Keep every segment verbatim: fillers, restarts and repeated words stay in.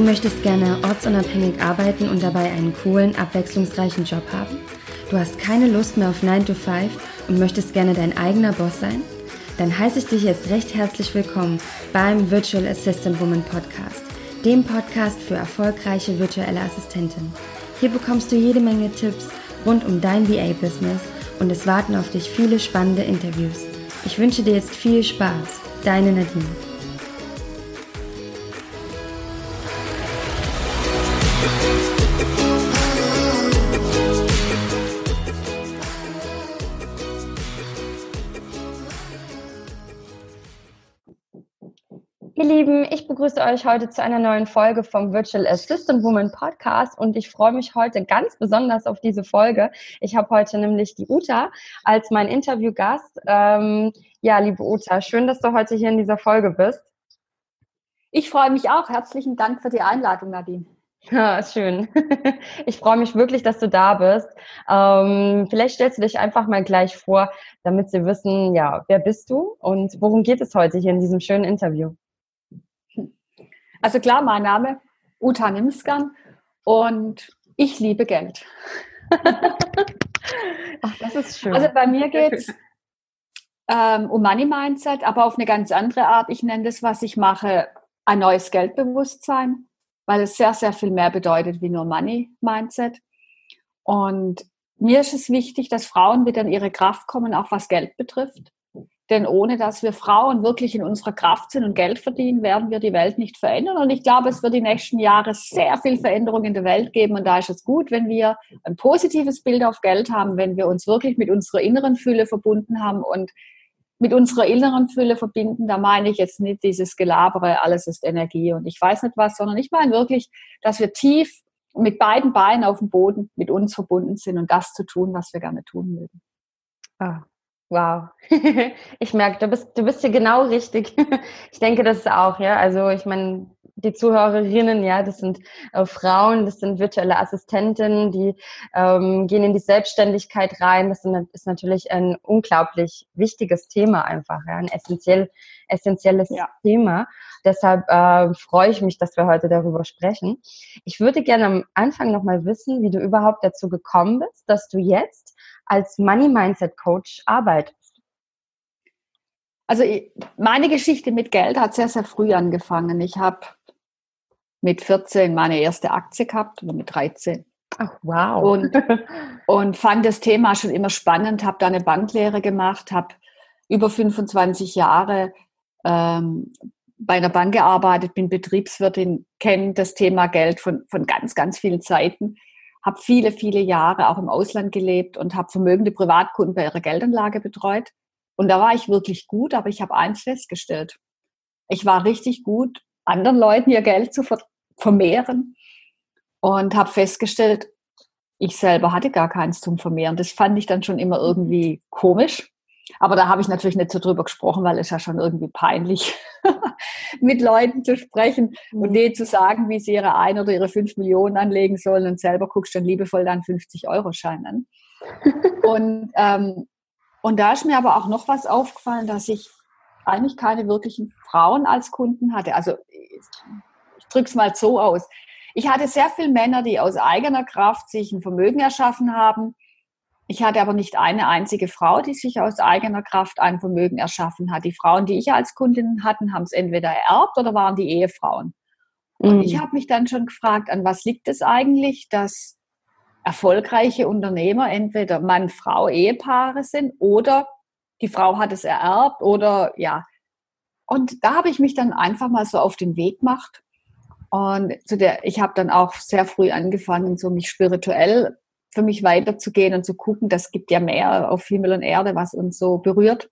möchtest gerne ortsunabhängig arbeiten und dabei einen coolen, abwechslungsreichen Job haben? Du hast keine Lust mehr auf nine to five und möchtest gerne dein eigener Boss sein? Dann heiße ich dich jetzt recht herzlich willkommen beim Virtual Assistant Woman Podcast, dem Podcast für erfolgreiche virtuelle Assistentinnen. Hier bekommst du jede Menge Tipps rund um dein V A-Business und es warten auf dich viele spannende Interviews. Ich wünsche dir jetzt viel Spaß. Deine Nadine. Ihr Lieben, ich begrüße euch heute zu einer neuen Folge vom Virtual Assistant Woman Podcast und ich freue mich heute ganz besonders auf diese Folge. Ich habe heute nämlich die Uta als mein Interviewgast. Ähm, ja, liebe Uta, schön, dass du heute hier in dieser Folge bist. Ich freue mich auch. Herzlichen Dank für die Einladung, Nadine. Ja, schön. Ich freue mich wirklich, dass du da bist. Ähm, vielleicht stellst du dich einfach mal gleich vor, damit sie wissen, ja, wer bist du und worum geht es heute hier in diesem schönen Interview? Also klar, mein Name Uta Nimskan und ich liebe Geld. Ach, das ist schön. Also bei mir geht es ähm, um Money Mindset, aber auf eine ganz andere Art. Ich nenne das, was ich mache, ein neues Geldbewusstsein, weil es sehr, sehr viel mehr bedeutet wie nur Money Mindset. Und mir ist es wichtig, dass Frauen wieder in ihre Kraft kommen, auch was Geld betrifft. Denn ohne dass wir Frauen wirklich in unserer Kraft sind und Geld verdienen, werden wir die Welt nicht verändern. Und ich glaube, es wird die nächsten Jahre sehr viel Veränderung in der Welt geben. Und da ist es gut, wenn wir ein positives Bild auf Geld haben, wenn wir uns wirklich mit unserer inneren Fülle verbunden haben. Und mit unserer inneren Fülle verbinden, da meine ich jetzt nicht dieses Gelabere, alles ist Energie und ich weiß nicht was, sondern ich meine wirklich, dass wir tief mit beiden Beinen auf dem Boden mit uns verbunden sind und das zu tun, was wir gerne tun mögen. Ah. Wow. Ich merke, du bist, du bist hier genau richtig. Ich denke, das ist auch, ja. Also ich meine, die Zuhörerinnen, ja, das sind äh, Frauen, das sind virtuelle Assistentinnen, die ähm, gehen in die Selbstständigkeit rein. Das ist natürlich ein unglaublich wichtiges Thema einfach, ja, ein essentiell, essentielles ja. Thema. Deshalb äh, freue ich mich, dass wir heute darüber sprechen. Ich würde gerne am Anfang nochmal wissen, wie du überhaupt dazu gekommen bist, dass du jetzt als Money Mindset Coach arbeitest. Also meine Geschichte mit Geld hat sehr, sehr früh angefangen. Ich habe mit vierzehn meine erste Aktie gehabt oder mit dreizehn. Ach, wow. Und, und fand das Thema schon immer spannend, habe da eine Banklehre gemacht, habe über fünfundzwanzig Jahre ähm, bei einer Bank gearbeitet, bin Betriebswirtin, kenne das Thema Geld von, von ganz, ganz vielen Seiten. Habe viele, viele Jahre auch im Ausland gelebt und habe vermögende Privatkunden bei ihrer Geldanlage betreut. Und da war ich wirklich gut, aber ich habe eins festgestellt. Ich war richtig gut, anderen Leuten ihr Geld zu vermehren und habe festgestellt, ich selber hatte gar keins zum Vermehren. Das fand ich dann schon immer irgendwie komisch. Aber da habe ich natürlich nicht so drüber gesprochen, weil es ja schon irgendwie peinlich mit Leuten zu sprechen und denen zu sagen, wie sie ihre ein oder ihre fünf Millionen anlegen sollen und selber guckst dann liebevoll dann fünfzig-Euro-Schein an. und, ähm, und da ist mir aber auch noch was aufgefallen, dass ich eigentlich keine wirklichen Frauen als Kunden hatte. Also ich, ich drücke es mal so aus. Ich hatte sehr viele Männer, die aus eigener Kraft sich ein Vermögen erschaffen haben. Ich hatte aber nicht eine einzige Frau, die sich aus eigener Kraft ein Vermögen erschaffen hat. Die Frauen, die ich als Kundinnen hatte, haben es entweder ererbt oder waren die Ehefrauen. Und mhm. ich habe mich dann schon gefragt, an was liegt es eigentlich, dass erfolgreiche Unternehmer entweder Mann, Frau, Ehepaare sind oder die Frau hat es ererbt oder ja. Und da habe ich mich dann einfach mal so auf den Weg gemacht. Und zu der, ich habe dann auch sehr früh angefangen, so mich spirituell für mich weiterzugehen und zu gucken, das gibt ja mehr auf Himmel und Erde, was uns so berührt.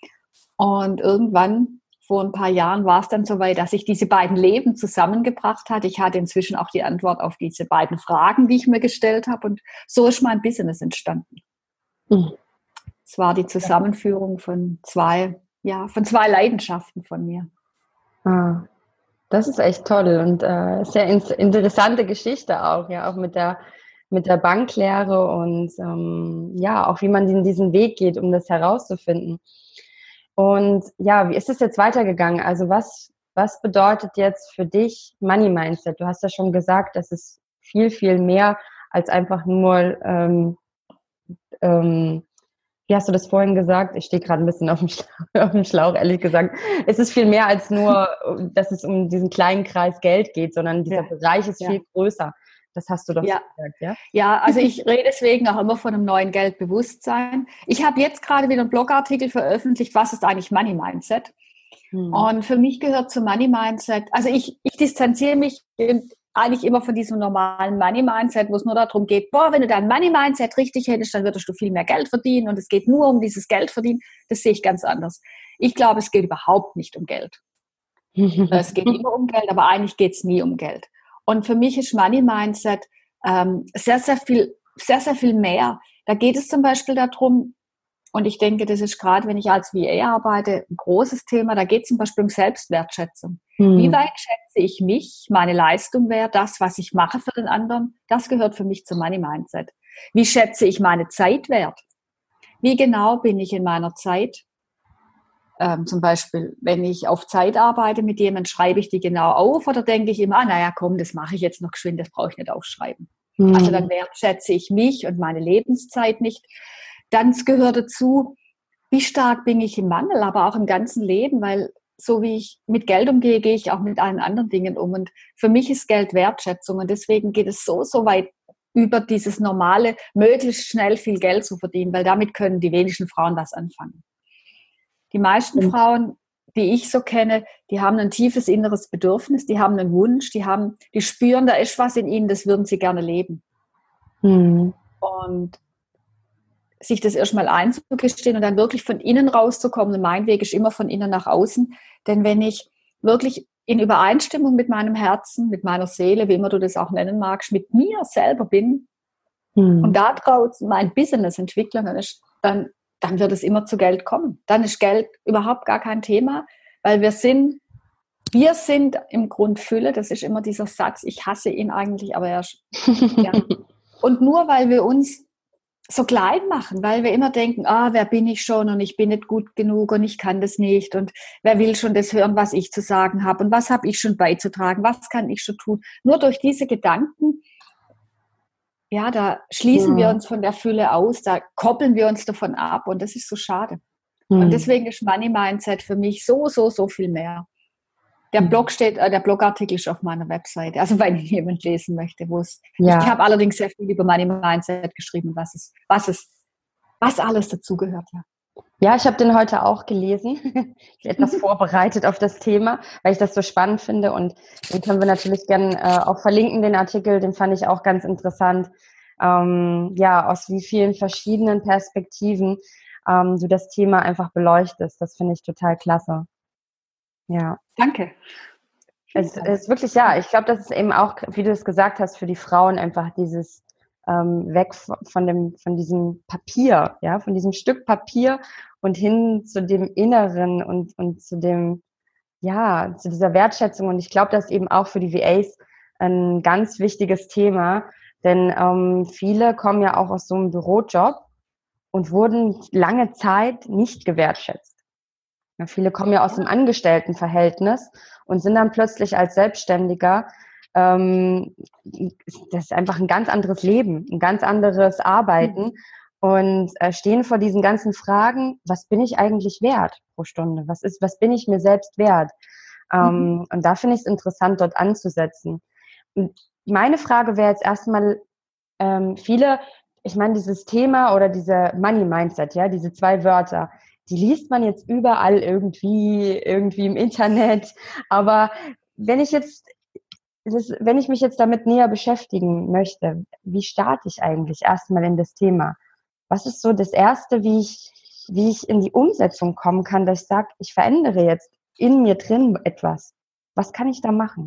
Und irgendwann, vor ein paar Jahren, war es dann soweit, dass ich diese beiden Leben zusammengebracht hatte. Ich hatte inzwischen auch die Antwort auf diese beiden Fragen, die ich mir gestellt habe. Und so ist mein Business entstanden. Mhm. Es war die Zusammenführung von zwei, ja, von zwei Leidenschaften von mir. Ah, das ist echt toll und äh, sehr in- interessante Geschichte auch, ja, auch mit der mit der Banklehre und ähm, ja, auch wie man in diesen Weg geht, um das herauszufinden. Und ja, wie ist es jetzt weitergegangen? Also was was bedeutet jetzt für dich Money Mindset? Du hast ja schon gesagt, das ist viel, viel mehr als einfach nur, ähm, ähm, wie hast du das vorhin gesagt? Ich stehe gerade ein bisschen auf dem, Schlauch, auf dem Schlauch, ehrlich gesagt. Es ist viel mehr als nur, dass es um diesen kleinen Kreis Geld geht, sondern dieser Ja, Bereich ist ja. viel größer. Das hast du doch Ja. so gesagt, ja? Ja, also ich rede deswegen auch immer von einem neuen Geldbewusstsein. Ich habe jetzt gerade wieder einen Blogartikel veröffentlicht, was ist eigentlich Money Mindset? Hm. Und für mich gehört zum Money Mindset, also ich, ich distanziere mich eigentlich immer von diesem normalen Money Mindset, wo es nur darum geht, boah, wenn du dein Money Mindset richtig hättest, dann würdest du viel mehr Geld verdienen und es geht nur um dieses Geld verdienen. Das sehe ich ganz anders. Ich glaube, es geht überhaupt nicht um Geld. Es geht immer um Geld, aber eigentlich geht es nie um Geld. Und für mich ist Money Mindset ähm, sehr, sehr viel, sehr, sehr viel mehr. Da geht es zum Beispiel darum, und ich denke, das ist gerade, wenn ich als V A arbeite, ein großes Thema, da geht es zum Beispiel um Selbstwertschätzung. Hm. Wie weit schätze ich mich, meine Leistung wert, das, was ich mache für den anderen, das gehört für mich zum Money Mindset. Wie schätze ich meine Zeit wert? Wie genau bin ich in meiner Zeit? Ähm, zum Beispiel, wenn ich auf Zeit arbeite mit jemandem, schreibe ich die genau auf oder denke ich immer, ah, naja, komm, das mache ich jetzt noch geschwind, das brauche ich nicht aufschreiben. Mhm. Also dann wertschätze ich mich und meine Lebenszeit nicht. Dann gehört dazu, wie stark bin ich im Mangel, aber auch im ganzen Leben, weil so wie ich mit Geld umgehe, gehe ich auch mit allen anderen Dingen um. Und für mich ist Geld Wertschätzung und deswegen geht es so, so weit über dieses normale, möglichst schnell viel Geld zu verdienen, weil damit können die wenigsten Frauen was anfangen. Die meisten mhm. Frauen, die ich so kenne, die haben ein tiefes inneres Bedürfnis, die haben einen Wunsch, die haben, die spüren, da ist was in ihnen, das würden sie gerne leben. Mhm. Und sich das erstmal einzugestehen und dann wirklich von innen rauszukommen. Und mein Weg ist immer von innen nach außen. Denn wenn ich wirklich in Übereinstimmung mit meinem Herzen, mit meiner Seele, wie immer du das auch nennen magst, mit mir selber bin mhm. und daraus mein Business entwickle, dann, ist, dann dann wird es immer zu Geld kommen. Dann ist Geld überhaupt gar kein Thema, weil wir sind, wir sind im Grund Fülle. Das ist immer dieser Satz, ich hasse ihn eigentlich, aber er ja. Und nur weil wir uns so klein machen, weil wir immer denken, ah, wer bin ich schon und ich bin nicht gut genug und ich kann das nicht und wer will schon das hören, was ich zu sagen habe und was habe ich schon beizutragen, was kann ich schon tun. Nur durch diese Gedanken, ja, da schließen ja. wir uns von der Fülle aus, da koppeln wir uns davon ab und das ist so schade. Hm. Und deswegen ist Money Mindset für mich so, so, so viel mehr. Der hm. Blog steht, äh, der Blogartikel ist auf meiner Webseite, also wenn jemand lesen möchte, wo es. Ja. Ich habe allerdings sehr viel über Money Mindset geschrieben, was es, was es, was alles dazugehört, ja. Ja, ich habe den heute auch gelesen. Ich bin etwas vorbereitet auf das Thema, weil ich das so spannend finde und den können wir natürlich gerne äh, auch verlinken, den Artikel, den fand ich auch ganz interessant. Ähm, ja, aus wie vielen verschiedenen Perspektiven ähm, du das Thema einfach beleuchtest. Das finde ich total klasse. Ja. Danke. Es ist wirklich, ja, ich glaube, das ist eben auch, wie du es gesagt hast, für die Frauen einfach dieses ähm, weg von dem, von diesem Papier, ja, von diesem Stück Papier und hin zu dem Inneren und, und zu dem, ja, zu dieser Wertschätzung. Und ich glaube, das ist eben auch für die V As ein ganz wichtiges Thema, denn ähm, viele kommen ja auch aus so einem Bürojob und wurden lange Zeit nicht gewertschätzt. Ja, viele kommen ja aus dem Angestelltenverhältnis und sind dann plötzlich als Selbstständiger, ähm, das ist einfach ein ganz anderes Leben, ein ganz anderes Arbeiten mhm. und äh, stehen vor diesen ganzen Fragen, was bin ich eigentlich wert pro Stunde? Was ist, was bin ich mir selbst wert? Mhm. Ähm, und da finde ich es interessant, dort anzusetzen. Und meine Frage wäre jetzt erstmal, ähm, viele, ich meine, dieses Thema oder diese Money Mindset, ja, diese zwei Wörter, die liest man jetzt überall irgendwie, irgendwie im Internet. Aber wenn ich jetzt, das, wenn ich mich jetzt damit näher beschäftigen möchte, wie starte ich eigentlich erstmal in das Thema? Was ist so das Erste, wie ich, wie ich in die Umsetzung kommen kann, dass ich sage, ich verändere jetzt in mir drin etwas? Was kann ich da machen?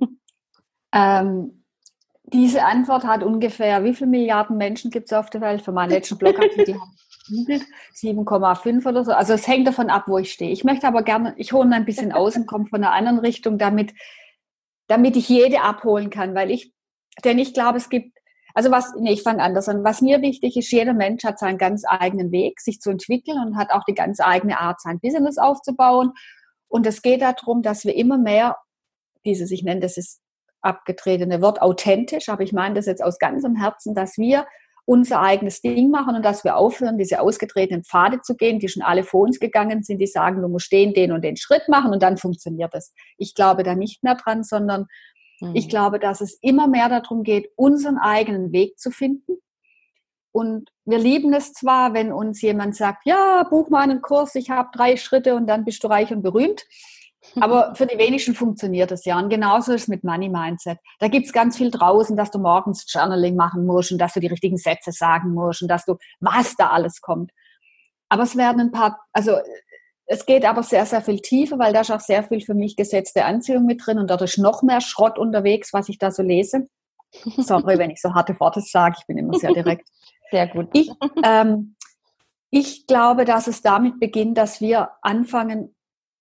ähm, diese Antwort hat ungefähr, wie viele Milliarden Menschen gibt es auf der Welt? Für meinen letzten Blogartikel sieben Komma fünf oder so. Also es hängt davon ab, wo ich stehe. Ich möchte aber gerne, ich hole ein bisschen aus und komme von einer anderen Richtung, damit, damit ich jede abholen kann, weil ich, denn ich glaube, es gibt, also was, nee, ich fange anders an. Was mir wichtig ist, jeder Mensch hat seinen ganz eigenen Weg, sich zu entwickeln und hat auch die ganz eigene Art, sein Business aufzubauen. Und es geht darum, dass wir immer mehr dieses, ich nenne das das abgetretene Wort, authentisch, aber ich meine das jetzt aus ganzem Herzen, dass wir unser eigenes Ding machen und dass wir aufhören, diese ausgetretenen Pfade zu gehen, die schon alle vor uns gegangen sind, die sagen, du musst den, den und den Schritt machen und dann funktioniert es. Ich glaube da nicht mehr dran, sondern mhm. ich glaube, dass es immer mehr darum geht, unseren eigenen Weg zu finden. Und wir lieben es zwar, wenn uns jemand sagt, ja, buch mal einen Kurs, ich habe drei Schritte und dann bist du reich und berühmt. Aber für die wenigsten funktioniert das ja. Und genauso ist es mit Money Mindset. Da gibt es ganz viel draußen, dass du morgens Journaling machen musst und dass du die richtigen Sätze sagen musst und dass du, was da alles kommt. Aber es werden ein paar, also es geht aber sehr, sehr viel tiefer, weil da ist auch sehr viel für mich gesetzte Anziehung mit drin und dadurch noch mehr Schrott unterwegs, was ich da so lese. Sorry, wenn ich so harte Worte sage, ich bin immer sehr direkt. Sehr gut. Ich, ähm, ich glaube, dass es damit beginnt, dass wir anfangen,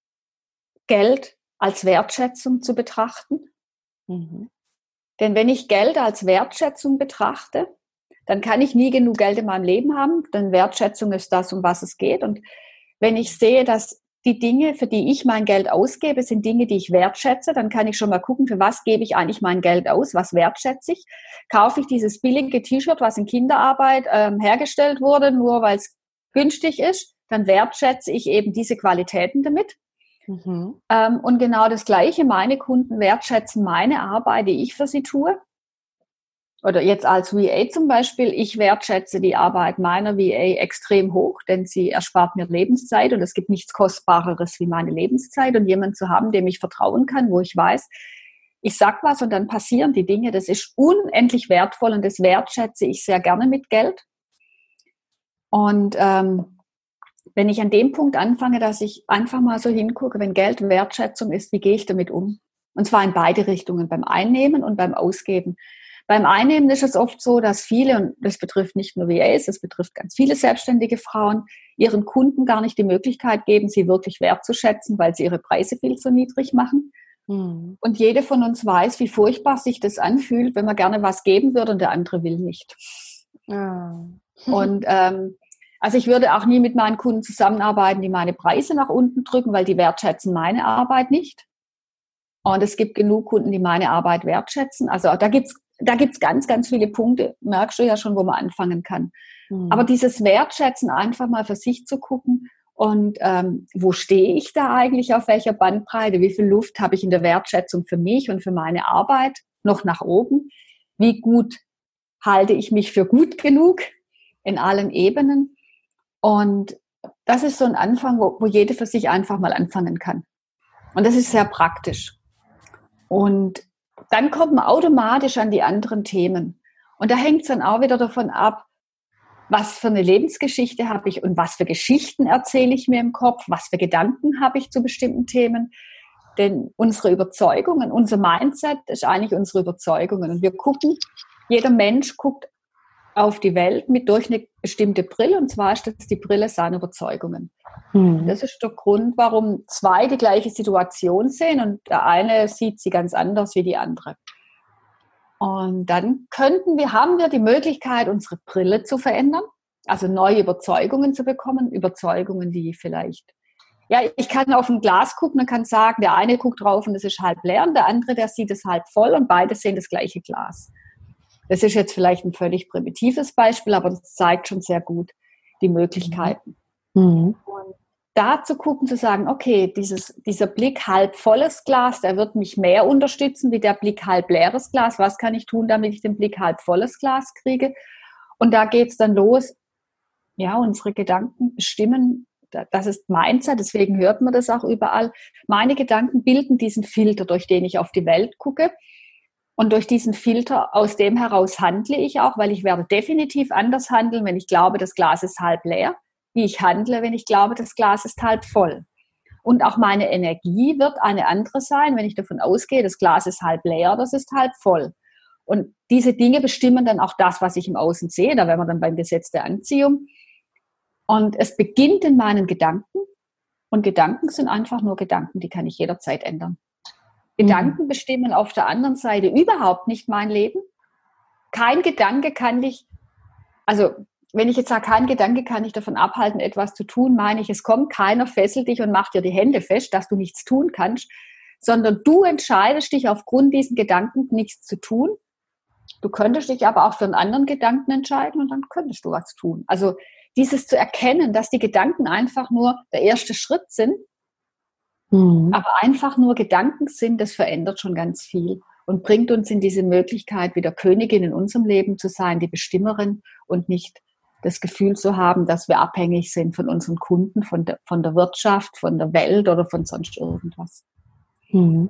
Geld als Wertschätzung zu betrachten. Mhm. Denn wenn ich Geld als Wertschätzung betrachte, dann kann ich nie genug Geld in meinem Leben haben, denn Wertschätzung ist das, um was es geht. Und wenn ich sehe, dass die Dinge, für die ich mein Geld ausgebe, sind Dinge, die ich wertschätze, dann kann ich schon mal gucken, für was gebe ich eigentlich mein Geld aus, was wertschätze ich. Kaufe ich dieses billige T-Shirt, was in Kinderarbeit ähm, hergestellt wurde, nur weil es günstig ist, dann wertschätze ich eben diese Qualitäten damit. Mhm. Ähm, und genau das Gleiche, meine Kunden wertschätzen meine Arbeit, die ich für sie tue. Oder jetzt als V A zum Beispiel, ich wertschätze die Arbeit meiner V A extrem hoch, denn sie erspart mir Lebenszeit und es gibt nichts Kostbareres wie meine Lebenszeit und jemanden zu haben, dem ich vertrauen kann, wo ich weiß, ich sag was und dann passieren die Dinge, das ist unendlich wertvoll und das wertschätze ich sehr gerne mit Geld. Und ähm, wenn ich an dem Punkt anfange, dass ich einfach mal so hingucke, wenn Geld Wertschätzung ist, wie gehe ich damit um? Und zwar in beide Richtungen, beim Einnehmen und beim Ausgeben. Beim Einnehmen ist es oft so, dass viele, und das betrifft nicht nur V As, das betrifft ganz viele selbstständige Frauen, ihren Kunden gar nicht die Möglichkeit geben, sie wirklich wertzuschätzen, weil sie ihre Preise viel zu niedrig machen. Hm. Und jede von uns weiß, wie furchtbar sich das anfühlt, wenn man gerne was geben würde und der andere will nicht. Ja. Und ähm, also ich würde auch nie mit meinen Kunden zusammenarbeiten, die meine Preise nach unten drücken, weil die wertschätzen meine Arbeit nicht. Und es gibt genug Kunden, die meine Arbeit wertschätzen. Also da gibt's da gibt's ganz, ganz viele Punkte, merkst du ja schon, wo man anfangen kann. Mhm. Aber dieses Wertschätzen, einfach mal für sich zu gucken und ähm, wo stehe ich da eigentlich, auf welcher Bandbreite, wie viel Luft habe ich in der Wertschätzung für mich und für meine Arbeit noch nach oben, wie gut halte ich mich für gut genug in allen Ebenen. Und das ist so ein Anfang, wo, wo jede für sich einfach mal anfangen kann. Und das ist sehr praktisch. Und dann kommt man automatisch an die anderen Themen. Und da hängt es dann auch wieder davon ab, was für eine Lebensgeschichte habe ich und was für Geschichten erzähle ich mir im Kopf, was für Gedanken habe ich zu bestimmten Themen. Denn unsere Überzeugungen, unser Mindset ist eigentlich unsere Überzeugungen. Und wir gucken, jeder Mensch guckt auf die Welt mit durch eine bestimmte Brille, und zwar ist das die Brille seiner Überzeugungen. Mhm. Das ist der Grund, warum zwei die gleiche Situation sehen und der eine sieht sie ganz anders wie die andere. Und dann könnten wir, haben wir die Möglichkeit, unsere Brille zu verändern, also neue Überzeugungen zu bekommen, Überzeugungen, die vielleicht, ja, ich kann auf ein Glas gucken und kann sagen, der eine guckt drauf und es ist halb leer und der andere, der sieht es halb voll und beide sehen das gleiche Glas. Das ist jetzt vielleicht ein völlig primitives Beispiel, aber das zeigt schon sehr gut die Möglichkeiten. Mhm. Und da zu gucken, zu sagen, okay, dieses, dieser Blick halb volles Glas, der wird mich mehr unterstützen wie der Blick halb leeres Glas. Was kann ich tun, damit ich den Blick halb volles Glas kriege? Und da geht es dann los. Ja, unsere Gedanken bestimmen, das ist Mindset, deswegen hört man das auch überall. Meine Gedanken bilden diesen Filter, durch den ich auf die Welt gucke. Und durch diesen Filter, aus dem heraus handle ich auch, weil ich werde definitiv anders handeln, wenn ich glaube, das Glas ist halb leer, wie ich handle, wenn ich glaube, das Glas ist halb voll. Und auch meine Energie wird eine andere sein, wenn ich davon ausgehe, das Glas ist halb leer, das ist halb voll. Und diese Dinge bestimmen dann auch das, was ich im Außen sehe. Da wären wir dann beim Gesetz der Anziehung. Und es beginnt in meinen Gedanken. Und Gedanken sind einfach nur Gedanken, die kann ich jederzeit ändern. Gedanken bestimmen auf der anderen Seite überhaupt nicht mein Leben. Kein Gedanke kann dich, also wenn ich jetzt sage, kein Gedanke kann dich davon abhalten, etwas zu tun, meine ich, es kommt keiner, fesselt dich und macht dir die Hände fest, dass du nichts tun kannst, sondern du entscheidest dich aufgrund diesen Gedanken nichts zu tun. Du könntest dich aber auch für einen anderen Gedanken entscheiden und dann könntest du was tun. Also dieses zu erkennen, dass die Gedanken einfach nur der erste Schritt sind, mhm. aber einfach nur Gedanken sind, das verändert schon ganz viel und bringt uns in diese Möglichkeit, wieder Königin in unserem Leben zu sein, die Bestimmerin und nicht das Gefühl zu haben, dass wir abhängig sind von unseren Kunden, von der, von der Wirtschaft, von der Welt oder von sonst irgendwas. Mhm.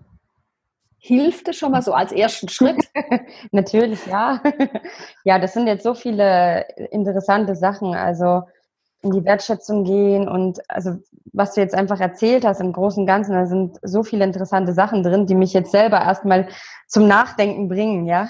Hilft es schon mal so als ersten Schritt? Natürlich, ja. Ja, das sind jetzt so viele interessante Sachen. Also in die Wertschätzung gehen und also was du jetzt einfach erzählt hast im Großen und Ganzen, da sind so viele interessante Sachen drin, die mich jetzt selber erstmal zum Nachdenken bringen, ja.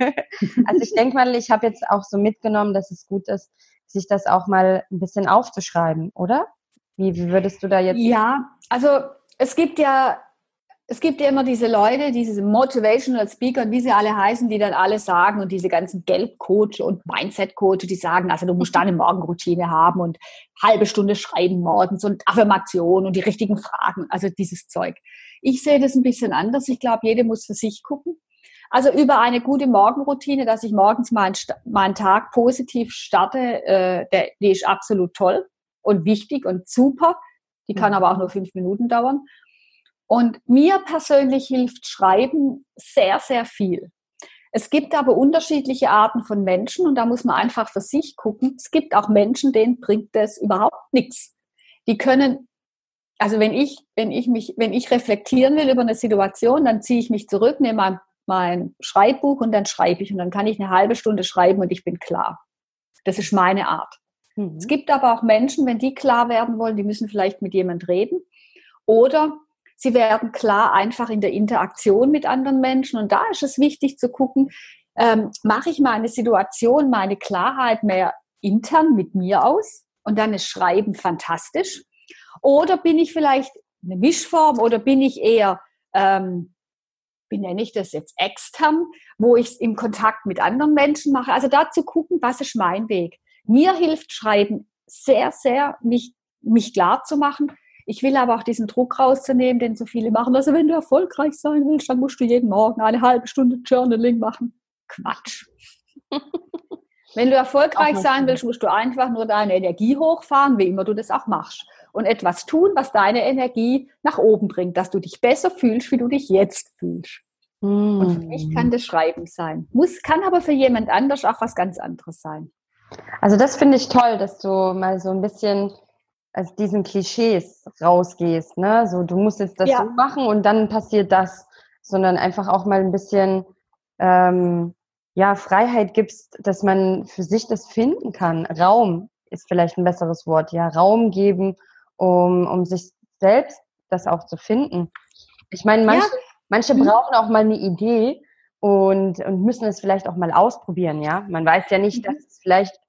Also ich denke mal, ich habe jetzt auch so mitgenommen, dass es gut ist, sich das auch mal ein bisschen aufzuschreiben, oder? Wie, wie würdest du da jetzt... Ja, also es gibt ja Es gibt ja immer diese Leute, diese Motivational Speaker und wie sie alle heißen, die dann alle sagen und diese ganzen Geldcoach und Mindset-Coach, die sagen, also du musst da eine Morgenroutine haben und halbe Stunde schreiben morgens und Affirmation und die richtigen Fragen, also dieses Zeug. Ich sehe das ein bisschen anders. Ich glaube, jeder muss für sich gucken. Also über eine gute Morgenroutine, dass ich morgens meinen, meinen Tag positiv starte, äh, der, die ist absolut toll und wichtig und super. Die kann aber auch nur fünf Minuten dauern. Und mir persönlich hilft Schreiben sehr, sehr viel. Es gibt aber unterschiedliche Arten von Menschen und da muss man einfach für sich gucken. Es gibt auch Menschen, denen bringt das überhaupt nichts. Die können, also wenn ich, wenn ich mich, wenn ich reflektieren will über eine Situation, dann ziehe ich mich zurück, nehme mein, mein Schreibbuch und dann schreibe ich und dann kann ich eine halbe Stunde schreiben und ich bin klar. Das ist meine Art. Mhm. Es gibt aber auch Menschen, wenn die klar werden wollen, die müssen vielleicht mit jemand reden oder sie werden klar einfach in der Interaktion mit anderen Menschen. Und da ist es wichtig zu gucken, ähm, mache ich meine Situation, meine Klarheit mehr intern mit mir aus? Und dann ist Schreiben fantastisch. Oder bin ich vielleicht eine Mischform oder bin ich eher, ähm, wie nenne ich das jetzt, extern, wo ich es im Kontakt mit anderen Menschen mache. Also da zu gucken, was ist mein Weg. Mir hilft Schreiben sehr, sehr, mich, mich klar zu machen. Ich will aber auch diesen Druck rauszunehmen, den so viele machen. Also wenn du erfolgreich sein willst, dann musst du jeden Morgen eine halbe Stunde Journaling machen. Quatsch. Wenn du erfolgreich sein willst, musst du einfach nur deine Energie hochfahren, wie immer du das auch machst. Und etwas tun, was deine Energie nach oben bringt, dass du dich besser fühlst, wie du dich jetzt fühlst. Mm. Und für mich kann das Schreiben sein. Muss, kann aber für jemand anders auch was ganz anderes sein. Also das finde ich toll, dass du mal so ein bisschen aus diesen Klischees rausgehst, ne? So, du musst jetzt das ja. so machen und dann passiert das, sondern einfach auch mal ein bisschen ähm, ja, Freiheit gibst, dass man für sich das finden kann. Raum ist vielleicht ein besseres Wort, ja, Raum geben, um, um sich selbst das auch zu finden. Ich meine, manche, ja. manche mhm. brauchen auch mal eine Idee und, und müssen es vielleicht auch mal ausprobieren, ja. Man weiß ja nicht, mhm. dass es vielleicht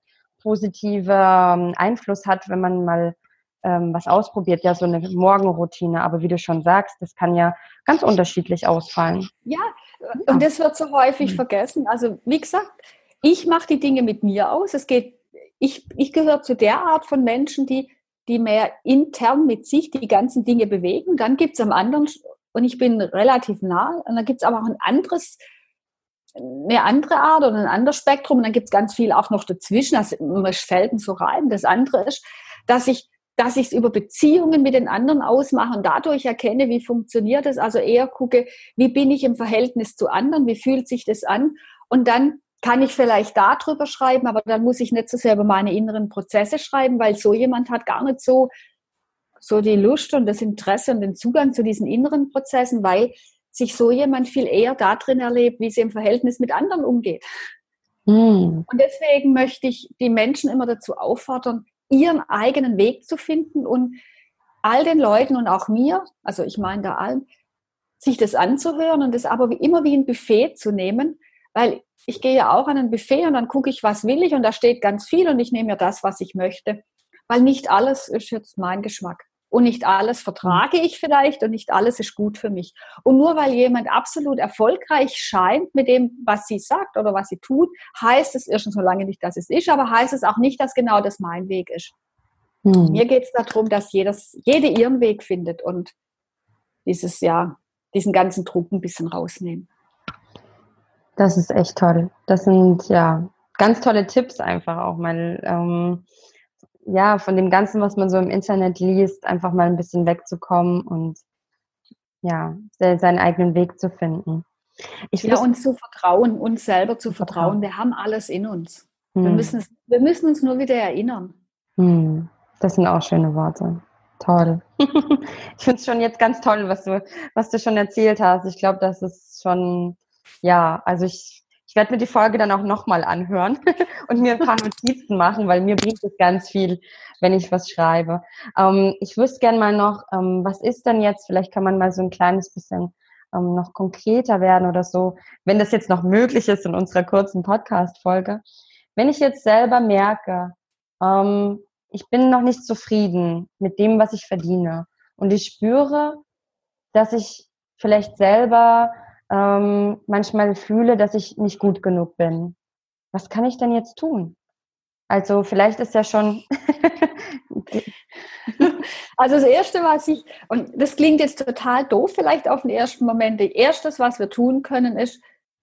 positiver Einfluss hat, wenn man mal ähm, was ausprobiert, ja, so eine Morgenroutine. Aber wie du schon sagst, das kann ja ganz unterschiedlich ausfallen. Ja, und das wird so häufig mhm. vergessen. Also wie gesagt, ich mache die Dinge mit mir aus. Es geht, ich, ich gehöre zu der Art von Menschen, die, die mehr intern mit sich die ganzen Dinge bewegen. Dann gibt es am anderen, und ich bin relativ nah, und dann gibt es aber auch ein anderes, eine andere Art oder ein anderes Spektrum. Und dann gibt es ganz viel auch noch dazwischen. Das fällt so rein. Das andere ist, dass ich dass ich es über Beziehungen mit den anderen ausmache und dadurch erkenne, wie funktioniert es. Also eher gucke, wie bin ich im Verhältnis zu anderen, wie fühlt sich das an. Und dann kann ich vielleicht darüber schreiben, aber dann muss ich nicht so sehr über meine inneren Prozesse schreiben, weil so jemand hat gar nicht so, so die Lust und das Interesse und den Zugang zu diesen inneren Prozessen, weil sich so jemand viel eher da drin erlebt, wie sie im Verhältnis mit anderen umgeht. Hm. Und deswegen möchte ich die Menschen immer dazu auffordern, ihren eigenen Weg zu finden und all den Leuten und auch mir, also ich meine da allen, sich das anzuhören und das aber wie, immer wie ein Buffet zu nehmen, weil ich gehe ja auch an ein Buffet und dann gucke ich, was will ich und da steht ganz viel und ich nehme mir das, was ich möchte, weil nicht alles ist jetzt mein Geschmack. und nicht alles vertrage ich vielleicht und nicht alles ist gut für mich. Und nur weil jemand absolut erfolgreich scheint mit dem, was sie sagt oder was sie tut, heißt es erstens so lange nicht, dass es ist, aber heißt es auch nicht, dass genau das mein Weg ist. Hm. Mir geht es darum, dass jedes, jede ihren Weg findet und dieses, ja, diesen ganzen Druck ein bisschen rausnehmen. Das ist echt toll. Das sind ja ganz tolle Tipps einfach auch mal, ähm, ja, von dem Ganzen, was man so im Internet liest, einfach mal ein bisschen wegzukommen und ja, seinen eigenen Weg zu finden. Ich ja, uns zu vertrauen, uns selber zu vertrauen. Wir haben alles in uns. Hm. Wir, müssen, wir müssen uns nur wieder erinnern. Hm. Das sind auch schöne Worte. Toll. Ich finde es schon jetzt ganz toll, was du, was du schon erzählt hast. Ich glaube, das ist schon, ja, also ich, ich werde mir die Folge dann auch nochmal anhören und mir ein paar Notizen machen, weil mir bringt es ganz viel, wenn ich was schreibe. Ähm, ich wüsste gerne mal noch, ähm, was ist denn jetzt, vielleicht kann man mal so ein kleines bisschen ähm, noch konkreter werden oder so, wenn das jetzt noch möglich ist in unserer kurzen Podcast-Folge. Wenn ich jetzt selber merke, ähm, ich bin noch nicht zufrieden mit dem, was ich verdiene. Und ich spüre, dass ich vielleicht selber ähm, manchmal fühle, dass ich nicht gut genug bin. Was kann ich denn jetzt tun? Also vielleicht ist ja schon... Also das Erste, was ich, und das klingt jetzt total doof vielleicht auf den ersten Moment, das Erste, was wir tun können, ist,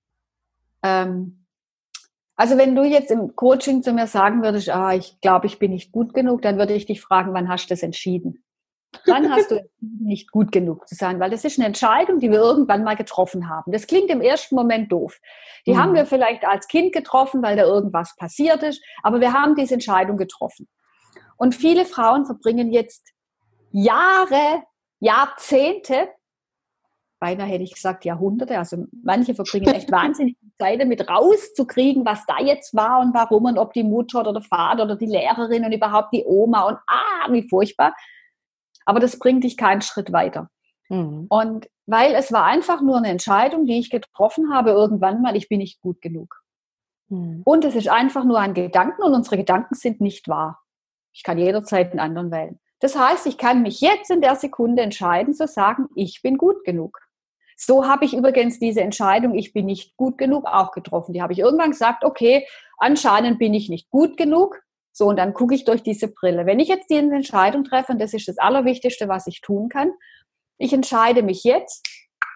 ähm, also wenn du jetzt im Coaching zu mir sagen würdest, ah, ich glaube, ich bin nicht gut genug, dann würde ich dich fragen, wann hast du das entschieden? Wann hast du entschieden, nicht gut genug zu sein? Weil das ist eine Entscheidung, die wir irgendwann mal getroffen haben. Das klingt im ersten Moment doof. Die mhm. haben wir vielleicht als Kind getroffen, weil da irgendwas passiert ist, aber wir haben diese Entscheidung getroffen. Und viele Frauen verbringen jetzt Jahre, Jahrzehnte, beinahe hätte ich gesagt Jahrhunderte, also manche verbringen echt wahnsinnig viel Zeit damit rauszukriegen, was da jetzt war und warum und ob die Mutter oder der Vater oder die Lehrerin und überhaupt die Oma und ah, wie furchtbar. Aber das bringt dich keinen Schritt weiter. Mhm. Und weil es war einfach nur eine Entscheidung, die ich getroffen habe irgendwann mal, ich bin nicht gut genug. Mhm. Und es ist einfach nur ein Gedanken und unsere Gedanken sind nicht wahr. Ich kann jederzeit einen anderen wählen. Das heißt, ich kann mich jetzt in der Sekunde entscheiden, zu sagen, ich bin gut genug. So habe ich übrigens diese Entscheidung, ich bin nicht gut genug, auch getroffen. Die habe ich irgendwann gesagt, okay, anscheinend bin ich nicht gut genug. So, und dann gucke ich durch diese Brille. Wenn ich jetzt diese Entscheidung treffe, und das ist das Allerwichtigste, was ich tun kann, ich entscheide mich jetzt,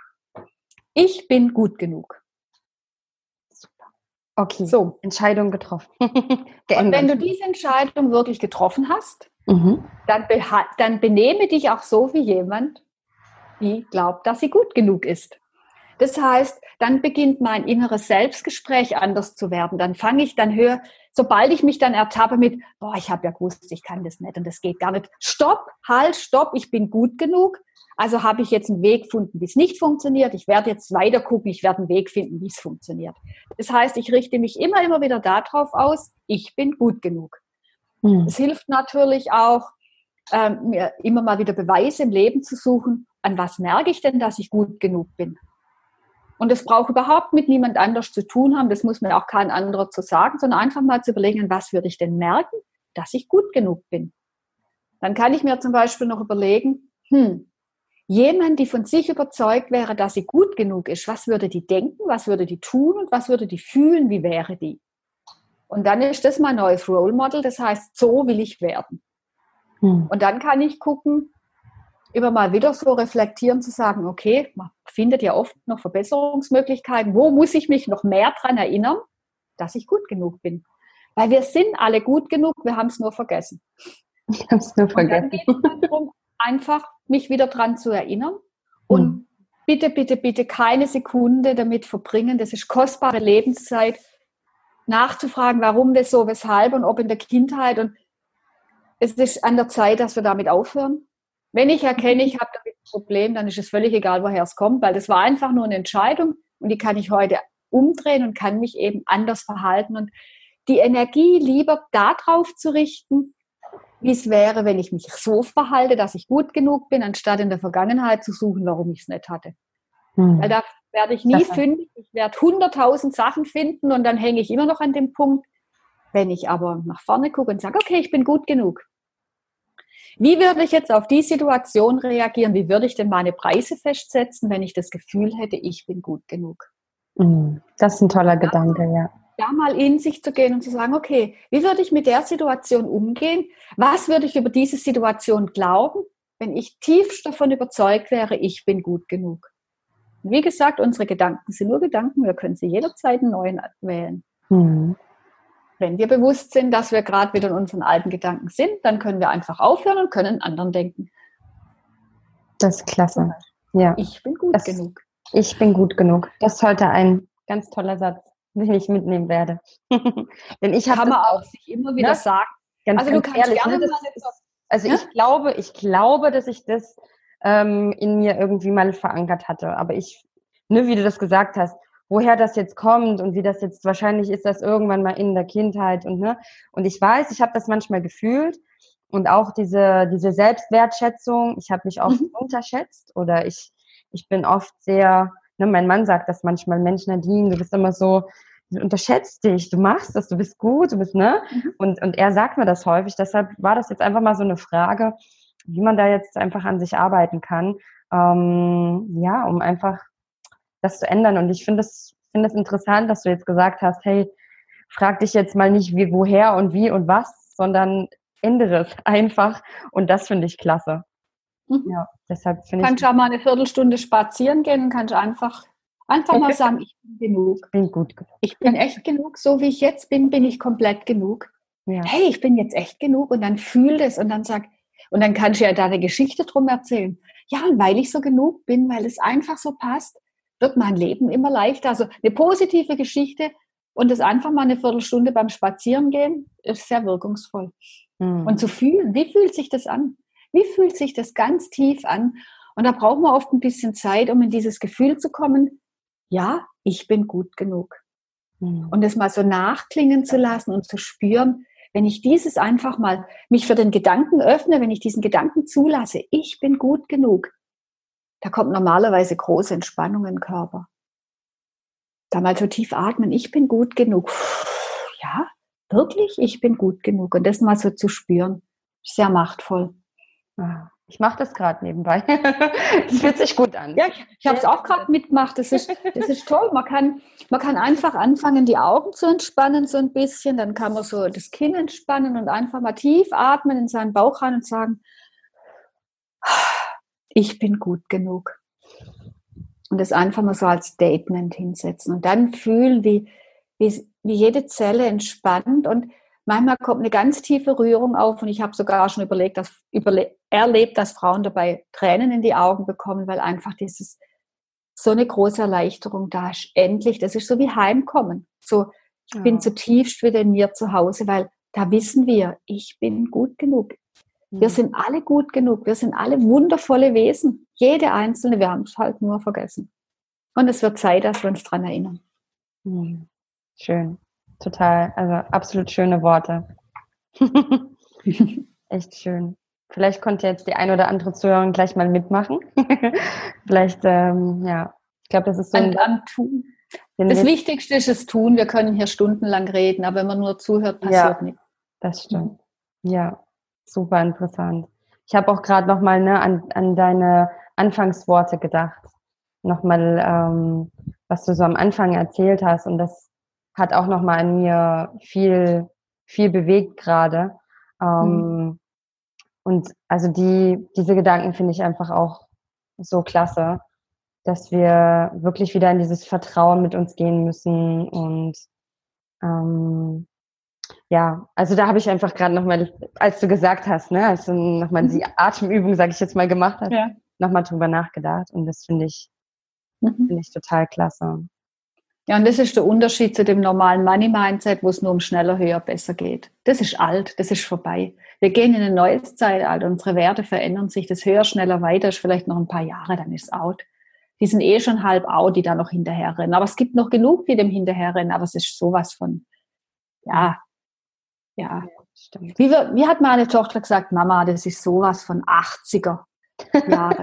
ich bin gut genug. Super. Okay, so. Entscheidung getroffen. Und wenn du diese Entscheidung wirklich getroffen hast, mhm. dann, beha- dann benehme dich auch so wie jemand, die glaubt, dass sie gut genug ist. Das heißt, dann beginnt mein inneres Selbstgespräch anders zu werden. Dann fange ich, dann höre, sobald ich mich dann ertappe mit, boah, ich habe ja gewusst, ich kann das nicht und das geht gar nicht. Stopp, halt, stopp, ich bin gut genug. Also habe ich jetzt einen Weg gefunden, wie es nicht funktioniert. Ich werde jetzt weiter gucken, ich werde einen Weg finden, wie es funktioniert. Das heißt, ich richte mich immer, immer wieder darauf aus, ich bin gut genug. Mhm. Es hilft natürlich auch, ähm, mir immer mal wieder Beweise im Leben zu suchen. An was merke ich denn, dass ich gut genug bin? Und das braucht überhaupt mit niemand anders zu tun haben. Das muss mir auch kein anderer zu sagen, sondern einfach mal zu überlegen, an was würde ich denn merken, dass ich gut genug bin. Dann kann ich mir zum Beispiel noch überlegen, hm, jemand, die von sich überzeugt wäre, dass sie gut genug ist, was würde die denken, was würde die tun und was würde die fühlen, wie wäre die? Und dann ist das mein neues Role Model, das heißt, so will ich werden. Hm. Und dann kann ich gucken, immer mal wieder so reflektieren, zu sagen, okay, man findet ja oft noch Verbesserungsmöglichkeiten. Wo muss ich mich noch mehr dran erinnern, dass ich gut genug bin? Weil wir sind alle gut genug, wir haben es nur vergessen. Ich habe es nur vergessen. Und dann geht es darum, einfach mich wieder dran zu erinnern und hm. bitte, bitte, bitte keine Sekunde damit verbringen, das ist kostbare Lebenszeit, nachzufragen, warum, wieso, weshalb und ob in der Kindheit. Und es ist an der Zeit, dass wir damit aufhören. Wenn ich erkenne, ich habe damit ein Problem, dann ist es völlig egal, woher es kommt, weil das war einfach nur eine Entscheidung und die kann ich heute umdrehen und kann mich eben anders verhalten und die Energie lieber darauf zu richten, wie es wäre, wenn ich mich so verhalte, dass ich gut genug bin, anstatt in der Vergangenheit zu suchen, warum ich es nicht hatte. Hm. Weil da werde ich nie fündig, ich werde hunderttausend Sachen finden und dann hänge ich immer noch an dem Punkt. Wenn ich aber nach vorne gucke und sage, okay, ich bin gut genug. Wie würde ich jetzt auf die Situation reagieren? Wie würde ich denn meine Preise festsetzen, wenn ich das Gefühl hätte, ich bin gut genug? Das ist ein toller Gedanke, ja. Da mal in sich zu gehen und zu sagen, okay, wie würde ich mit der Situation umgehen? Was würde ich über diese Situation glauben, wenn ich tiefst davon überzeugt wäre, ich bin gut genug? Und wie gesagt, unsere Gedanken sind nur Gedanken, wir können sie jederzeit neu wählen. Mhm. Wenn wir bewusst sind, dass wir gerade wieder in unseren alten Gedanken sind, dann können wir einfach aufhören und können anderen denken. Das ist klasse. Ja. Ich bin gut das, genug. Ich bin gut genug. Das ist heute ein ganz toller Satz, den ich mitnehmen werde. Denn ich kann man auch sich immer wieder ne? sagen. Ganz, also ganz du kannst ehrlich, gerne ne, das, mal also ja? ich glaube, ich glaube, dass ich das ähm, in mir irgendwie mal verankert hatte. Aber ich, ne, wie du das gesagt hast, woher das jetzt kommt und wie das jetzt wahrscheinlich ist, das irgendwann mal in der Kindheit und ne. Und ich weiß, ich habe das manchmal gefühlt und auch diese diese Selbstwertschätzung. Ich habe mich oft mhm. unterschätzt oder ich ich bin oft sehr, ne, mein Mann sagt das manchmal, Mensch Nadine, du bist immer so, du unterschätzt dich, du machst das, du bist gut, du bist, ne? Mhm. Und, und er sagt mir das häufig, deshalb war das jetzt einfach mal so eine Frage, wie man da jetzt einfach an sich arbeiten kann, ähm, ja, um einfach das zu ändern. Und ich finde es finde es interessant, dass du jetzt gesagt hast, hey, frag dich jetzt mal nicht, wie, woher und wie und was, sondern ändere es einfach. Und das finde ich klasse. Mhm. Ja, deshalb finde ich. Kannst du auch mal eine Viertelstunde spazieren gehen und kannst einfach, einfach mal sagen, ich bin genug. Ich bin gut genug. Ich bin echt genug, so wie ich jetzt bin, bin ich komplett genug. Ja. Hey, ich bin jetzt echt genug und dann fühl das und dann sag, und dann kannst du ja da eine Geschichte drum erzählen. Ja, und weil ich so genug bin, weil es einfach so passt, wird mein Leben immer leichter. Also eine positive Geschichte und das einfach mal eine Viertelstunde beim Spazierengehen ist sehr wirkungsvoll. Mhm. Und zu fühlen, wie fühlt sich das an? Wie fühlt sich das ganz tief an? Und da braucht man oft ein bisschen Zeit, um in dieses Gefühl zu kommen, ja, ich bin gut genug. Mhm. Und das mal so nachklingen zu lassen und zu spüren, wenn ich dieses einfach mal mich für den Gedanken öffne, wenn ich diesen Gedanken zulasse, ich bin gut genug, da kommt normalerweise große Entspannung im Körper. Da mal so tief atmen, ich bin gut genug. Ja, wirklich, ich bin gut genug. Und das mal so zu spüren, sehr machtvoll. Ich mache das gerade nebenbei. Das fühlt sich gut an. Ja, ich, ich habe es auch gerade mitgemacht. Das ist, das ist toll. Man kann, man kann einfach anfangen, die Augen zu entspannen so ein bisschen. Dann kann man so das Kinn entspannen und einfach mal tief atmen in seinen Bauch rein und sagen, ich bin gut genug. Und das einfach mal so als Statement hinsetzen. Und dann fühlen, wie, wie, wie jede Zelle entspannt. Und manchmal kommt eine ganz tiefe Rührung auf. Und ich habe sogar schon überlegt, dass, überle- erlebt, dass Frauen dabei Tränen in die Augen bekommen, weil einfach dieses so eine große Erleichterung da ist. Endlich, das ist so wie Heimkommen. So, ich ja. bin zutiefst wieder in mir zu Hause, weil da wissen wir, ich bin gut genug. Wir sind alle gut genug. Wir sind alle wundervolle Wesen. Jede einzelne. Wir haben es halt nur vergessen. Und es wird Zeit, dass wir uns daran erinnern. Schön. Total. Also absolut schöne Worte. Echt schön. Vielleicht konnte jetzt die ein oder andere Zuhörerin gleich mal mitmachen. Vielleicht, ähm, ja. Ich glaube, das ist so ein... Am Tun. Das Wichtigste ist das Tun. Wir können hier stundenlang reden, aber wenn man nur zuhört, passiert ja, nichts. Das stimmt. Ja. Super interessant. Ich habe auch gerade nochmal ne, an, an deine Anfangsworte gedacht. Nochmal, ähm, was du so am Anfang erzählt hast. Und das hat auch nochmal an mir viel, viel bewegt gerade. Ähm, mhm. Und also die, diese Gedanken finde ich einfach auch so klasse, dass wir wirklich wieder in dieses Vertrauen mit uns gehen müssen. Und ähm, ja, also da habe ich einfach gerade nochmal, als du gesagt hast, ne, als du nochmal mhm. die Atemübung, sage ich jetzt mal, gemacht hast, ja. nochmal drüber nachgedacht. Und das finde ich, mhm. finde ich total klasse. Ja, und das ist der Unterschied zu dem normalen Money-Mindset, wo es nur um schneller, höher, besser geht. Das ist alt, das ist vorbei. Wir gehen in ein neues Zeitalter, unsere Werte verändern sich, das höher, schneller, weiter ist vielleicht noch ein paar Jahre, dann ist es out. Die sind eh schon halb out, die da noch hinterherrennen. Aber es gibt noch genug, die dem hinterherrennen, aber es ist sowas von, ja, Ja, stimmt. Wie, wie hat meine Tochter gesagt, Mama, das ist sowas von achtziger Jahre.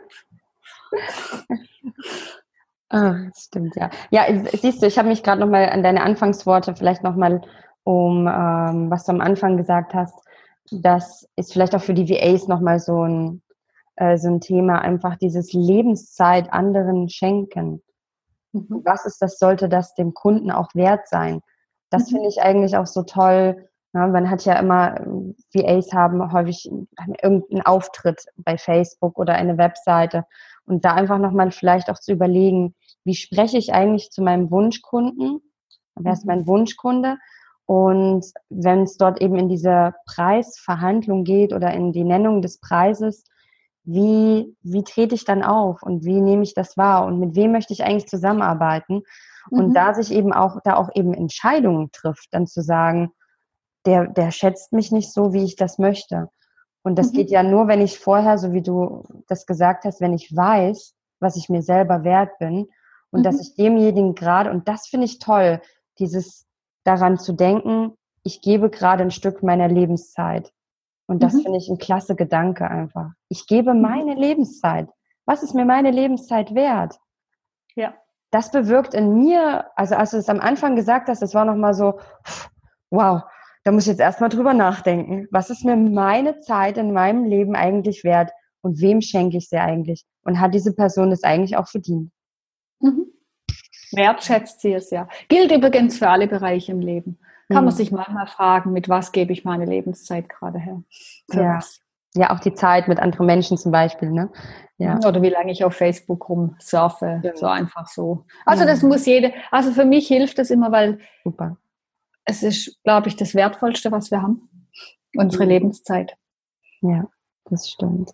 Oh, das stimmt, ja. Ja, siehst du, ich habe mich gerade nochmal an deine Anfangsworte, vielleicht nochmal um, ähm, was du am Anfang gesagt hast, das ist vielleicht auch für die V As nochmal so ein, äh, so ein Thema, einfach dieses Lebenszeit anderen schenken. Mhm. Was ist das, sollte das dem Kunden auch wert sein? Das Mhm. finde ich eigentlich auch so toll. Ja, man hat ja immer, V As haben häufig irgendeinen Auftritt bei Facebook oder eine Webseite und da einfach nochmal vielleicht auch zu überlegen, wie spreche ich eigentlich zu meinem Wunschkunden? Wer ist mein Wunschkunde? Und wenn es dort eben in diese Preisverhandlung geht oder in die Nennung des Preises, wie, wie trete ich dann auf und wie nehme ich das wahr und mit wem möchte ich eigentlich zusammenarbeiten? Und Mhm. da sich eben auch, da auch eben Entscheidungen trifft, dann zu sagen, der, der schätzt mich nicht so, wie ich das möchte. Und das geht Mhm. ja nur, wenn ich vorher, so wie du das gesagt hast, wenn ich weiß, was ich mir selber wert bin und dass Mhm. ich demjenigen gerade, und das finde ich toll, dieses daran zu denken, ich gebe gerade ein Stück meiner Lebenszeit. Und das Mhm. finde ich ein klasse Gedanke einfach. Ich gebe Mhm. meine Lebenszeit. Was ist mir meine Lebenszeit wert? Ja. Das bewirkt in mir, also als du es am Anfang gesagt hast, das war nochmal so, wow, da muss ich jetzt erstmal drüber nachdenken. Was ist mir meine Zeit in meinem Leben eigentlich wert und wem schenke ich sie eigentlich? Und hat diese Person es eigentlich auch verdient? Mhm. Wertschätzt sie es, ja. Gilt übrigens für alle Bereiche im Leben. Kann man Hm. sich manchmal fragen, mit was gebe ich meine Lebenszeit gerade her? Für Ja. was? Ja, auch die Zeit mit anderen Menschen zum Beispiel, ne? Ja. Oder wie lange ich auf Facebook rumsurfe, so Stimmt. einfach so. Also Ja, das muss jede, also für mich hilft das immer, weil super. es ist, glaube ich, das Wertvollste, was wir haben. Unsere Mhm. Lebenszeit. Ja, das stimmt.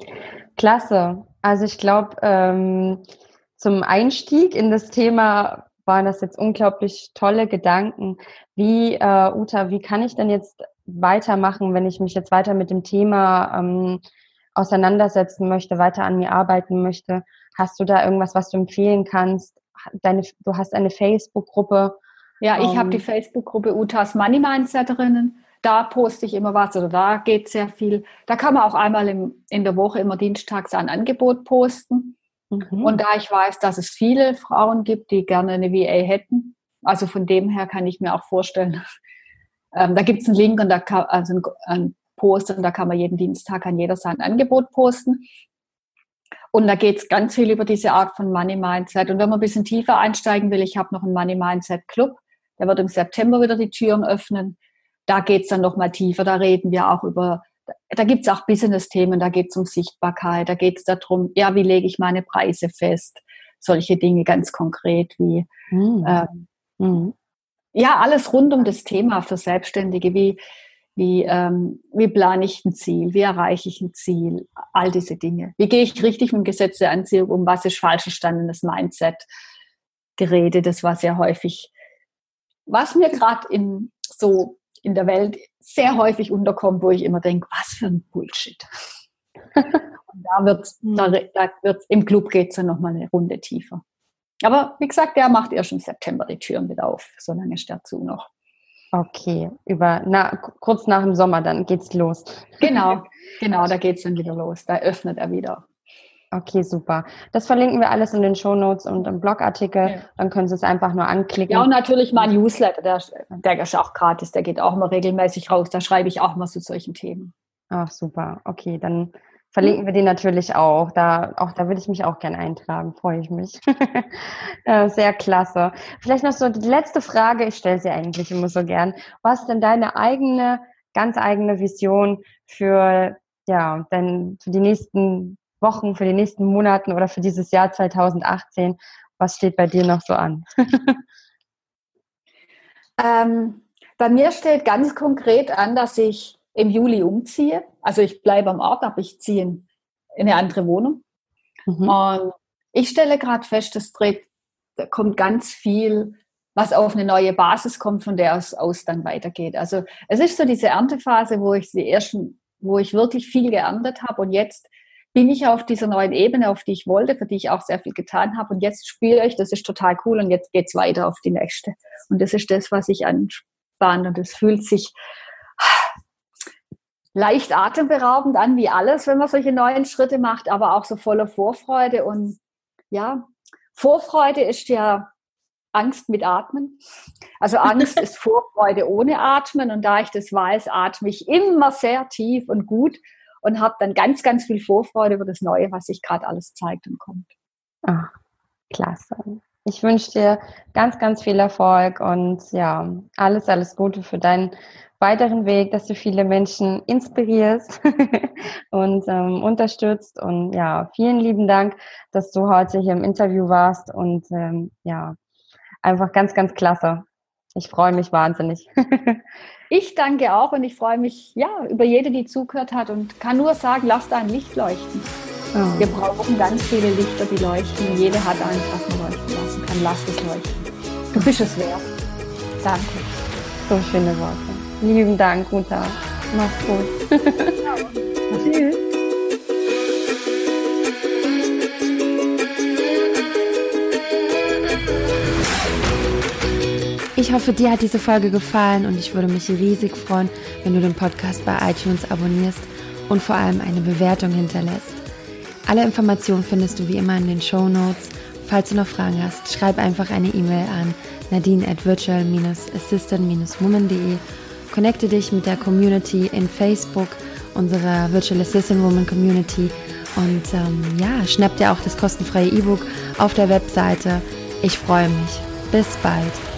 Klasse. Also ich glaube, ähm, zum Einstieg in das Thema waren das jetzt unglaublich tolle Gedanken. Wie, äh, Uta, wie kann ich denn jetzt weitermachen, wenn ich mich jetzt weiter mit dem Thema ähm, auseinandersetzen möchte, weiter an mir arbeiten möchte? Hast du da irgendwas, was du empfehlen kannst? Deine, du hast eine Facebook-Gruppe. Ja, ich habe die Ähm, Facebook-Gruppe Utas Money Mindseterinnen. Da poste ich immer was oder da geht sehr viel. Da kann man auch einmal im, in der Woche immer dienstags ein Angebot posten. Und mhm. da ich weiß, dass es viele Frauen gibt, die gerne eine V A hätten, also von dem her kann ich mir auch vorstellen, ähm, da gibt es einen Link und da kann, also ein, ein Post und da kann man jeden Dienstag an jeder sein Angebot posten. Und da geht es ganz viel über diese Art von Money Mindset. Und wenn man ein bisschen tiefer einsteigen will, ich habe noch einen Money Mindset Club, der wird im September wieder die Türen öffnen. Da geht es dann noch mal tiefer, da reden wir auch über, da gibt es auch Business-Themen, da geht es um Sichtbarkeit, da geht es darum, ja, wie lege ich meine Preise fest, solche Dinge ganz konkret wie, Mhm. ähm, Mhm. ja, alles rund um das Thema für Selbstständige, wie, wie, ähm, wie plane ich ein Ziel, wie erreiche ich ein Ziel, all diese Dinge. Wie gehe ich richtig mit dem Gesetz der Anziehung um, was ist falsch verstandenes Mindset, Gerede, das war sehr häufig, was mir gerade in so in der Welt sehr häufig unterkommt, wo ich immer denke, was für ein Bullshit. Und da wird's, da, Mhm. da wird's, im Club geht es dann nochmal eine Runde tiefer. Aber wie gesagt, der macht erst im September die Türen wieder auf. So lange ist der zu noch. Okay, über, na, kurz nach dem Sommer, dann geht's los. Genau, genau, da geht es dann wieder los. Da öffnet er wieder. Okay, super. Das verlinken wir alles in den Shownotes und im Blogartikel. Ja, Dann können Sie es einfach nur ja anklicken. und natürlich mein Newsletter, der, der ist auch gratis, der geht auch mal regelmäßig raus. Da schreibe ich auch mal zu solchen Themen. Ach, super. Okay, dann verlinken wir den natürlich auch. Da, auch da würde ich mich auch gerne eintragen. Freue ich mich. Ja, sehr klasse. Vielleicht noch so die letzte Frage. Ich stelle sie eigentlich immer so gern. Was ist denn deine eigene, ganz eigene Vision für, ja, denn für die nächsten Wochen, für die nächsten Monaten oder für dieses Jahr zwanzig achtzehn? Was steht bei dir noch so an? Ähm, bei mir steht ganz konkret an, dass ich im Juli umziehe. Also ich bleibe am Ort, aber ich ziehe in eine andere Wohnung. Mhm. Und ich stelle gerade fest, es dreht, da kommt ganz viel, was auf eine neue Basis kommt, von der es aus dann weitergeht. Also es ist so diese Erntephase, wo ich die ersten, wo ich wirklich viel geerntet habe und jetzt bin ich auf dieser neuen Ebene, auf die ich wollte, für die ich auch sehr viel getan habe. Und jetzt spüre ich, das ist total cool und jetzt geht's weiter auf die nächste. Und das ist das, was ich anspannt. Und es fühlt sich leicht atemberaubend an, wie alles, wenn man solche neuen Schritte macht, aber auch so voller Vorfreude. Und ja, Vorfreude ist ja Angst mit Atmen. Also Angst ist Vorfreude ohne Atmen und da ich das weiß, atme ich immer sehr tief und gut und habe dann ganz, ganz viel Vorfreude über das Neue, was sich gerade alles zeigt und kommt. Ach, klasse. Ich wünsche dir ganz, ganz viel Erfolg und ja, alles, alles Gute für deinen weiteren Weg, dass du viele Menschen inspirierst und ähm, unterstützt. Und ja, vielen lieben Dank, dass du heute hier im Interview warst und ähm, ja, einfach ganz, ganz klasse. Ich freue mich wahnsinnig. Ich danke auch und ich freue mich ja über jede, die zugehört hat und kann nur sagen, lass dein Licht leuchten. Oh. Wir brauchen ganz viele Lichter, die leuchten. Jede hat eins, was man leuchten lassen kann. Lass es leuchten. Du bist es wert. Danke. So schöne Worte. Lieben Dank, Uta. Mach's gut. Ja. Tschüss. Ich hoffe, dir hat diese Folge gefallen und ich würde mich riesig freuen, wenn du den Podcast bei iTunes abonnierst und vor allem eine Bewertung hinterlässt. Alle Informationen findest du wie immer in den Shownotes. Falls du noch Fragen hast, schreib einfach eine E-Mail an nadine at virtual assistant woman dot de. Connecte dich mit der Community in Facebook, unserer Virtual Assistant Woman Community und ähm, ja, schnapp dir auch das kostenfreie E-Book auf der Webseite. Ich freue mich. Bis bald.